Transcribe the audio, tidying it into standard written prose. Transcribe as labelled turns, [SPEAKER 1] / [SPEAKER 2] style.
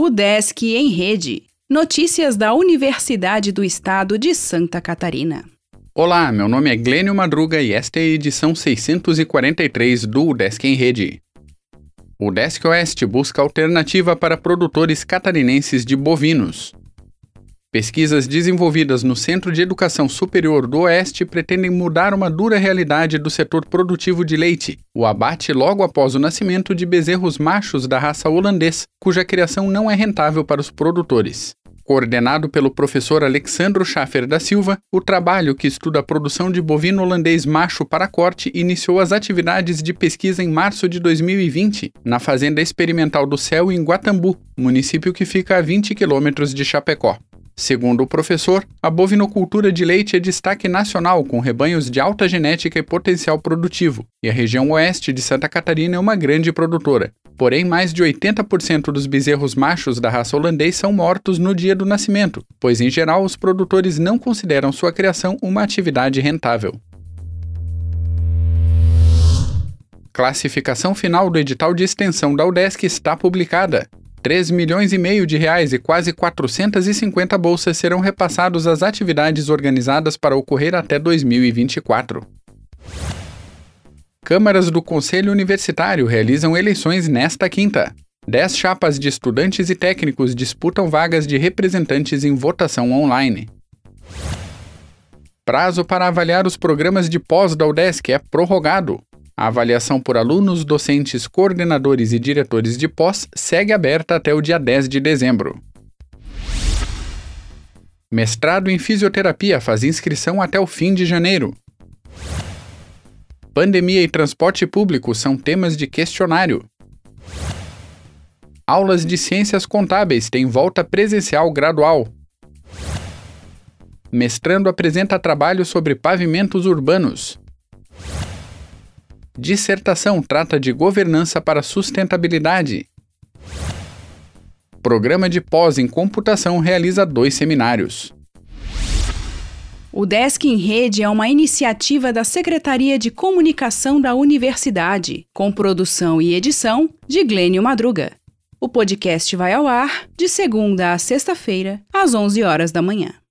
[SPEAKER 1] UDESC em Rede. Notícias da Universidade do Estado de Santa Catarina.
[SPEAKER 2] Olá, meu nome é Glênio Madruga e esta é a edição 643 do UDESC em Rede. O UDESC Oeste busca alternativa para produtores catarinenses de bovinos. Pesquisas desenvolvidas no Centro de Educação Superior do Oeste pretendem mudar uma dura realidade do setor produtivo de leite, o abate logo após o nascimento de bezerros machos da raça holandês, cuja criação não é rentável para os produtores. Coordenado pelo professor Alexandro Schaffer da Silva, o trabalho que estuda a produção de bovino holandês macho para corte iniciou as atividades de pesquisa em março de 2020, na Fazenda Experimental do Céu, em Guatambu, município que fica a 20 quilômetros de Chapecó. Segundo o professor, a bovinocultura de leite é destaque nacional, com rebanhos de alta genética e potencial produtivo, e a região oeste de Santa Catarina é uma grande produtora. Porém, mais de 80% dos bezerros machos da raça holandês são mortos no dia do nascimento, pois, em geral, os produtores não consideram sua criação uma atividade rentável. Classificação final do edital de extensão da UDESC está publicada. 3,5 milhões de reais e quase 450 bolsas serão repassados às atividades organizadas para ocorrer até 2024. Câmaras do Conselho Universitário realizam eleições nesta quinta. 10 chapas de estudantes e técnicos disputam vagas de representantes em votação online. Prazo para avaliar os programas de pós da UDESC é prorrogado. A avaliação por alunos, docentes, coordenadores e diretores de pós segue aberta até o dia 10 de dezembro. Mestrado em Fisioterapia faz inscrição até o fim de janeiro. Pandemia e transporte público são temas de questionário. Aulas de Ciências Contábeis têm volta presencial gradual. Mestrando apresenta trabalho sobre pavimentos urbanos. Dissertação trata de governança para sustentabilidade. Programa de pós em computação realiza 2 seminários.
[SPEAKER 1] O UDESC em Rede é uma iniciativa da Secretaria de Comunicação da Universidade, com produção e edição de Glênio Madruga. O podcast vai ao ar de segunda a sexta-feira, às 11 horas da manhã.